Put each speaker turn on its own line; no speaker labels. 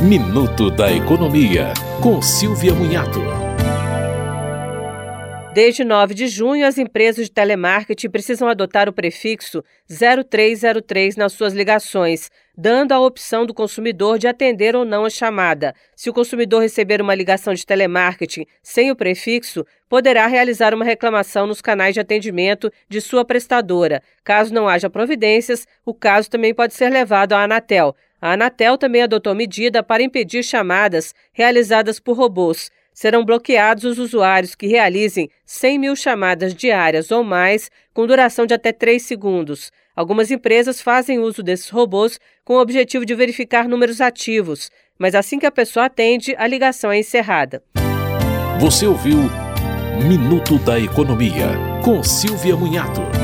Minuto da Economia, com Silvia Munhato.
Desde 9 de junho, as empresas de telemarketing precisam adotar o prefixo 0303 nas suas ligações, dando a opção do consumidor de atender ou não a chamada. Se o consumidor receber uma ligação de telemarketing sem o prefixo, poderá realizar uma reclamação nos canais de atendimento de sua prestadora. Caso não haja providências, o caso também pode ser levado à Anatel. A Anatel também adotou medida para impedir chamadas realizadas por robôs. Serão bloqueados os usuários que realizem 100 mil chamadas diárias ou mais, com duração de até 3 segundos. Algumas empresas fazem uso desses robôs com o objetivo de verificar números ativos, mas assim que a pessoa atende, a ligação é encerrada.
Você ouviu Minuto da Economia, com Silvia Munhato.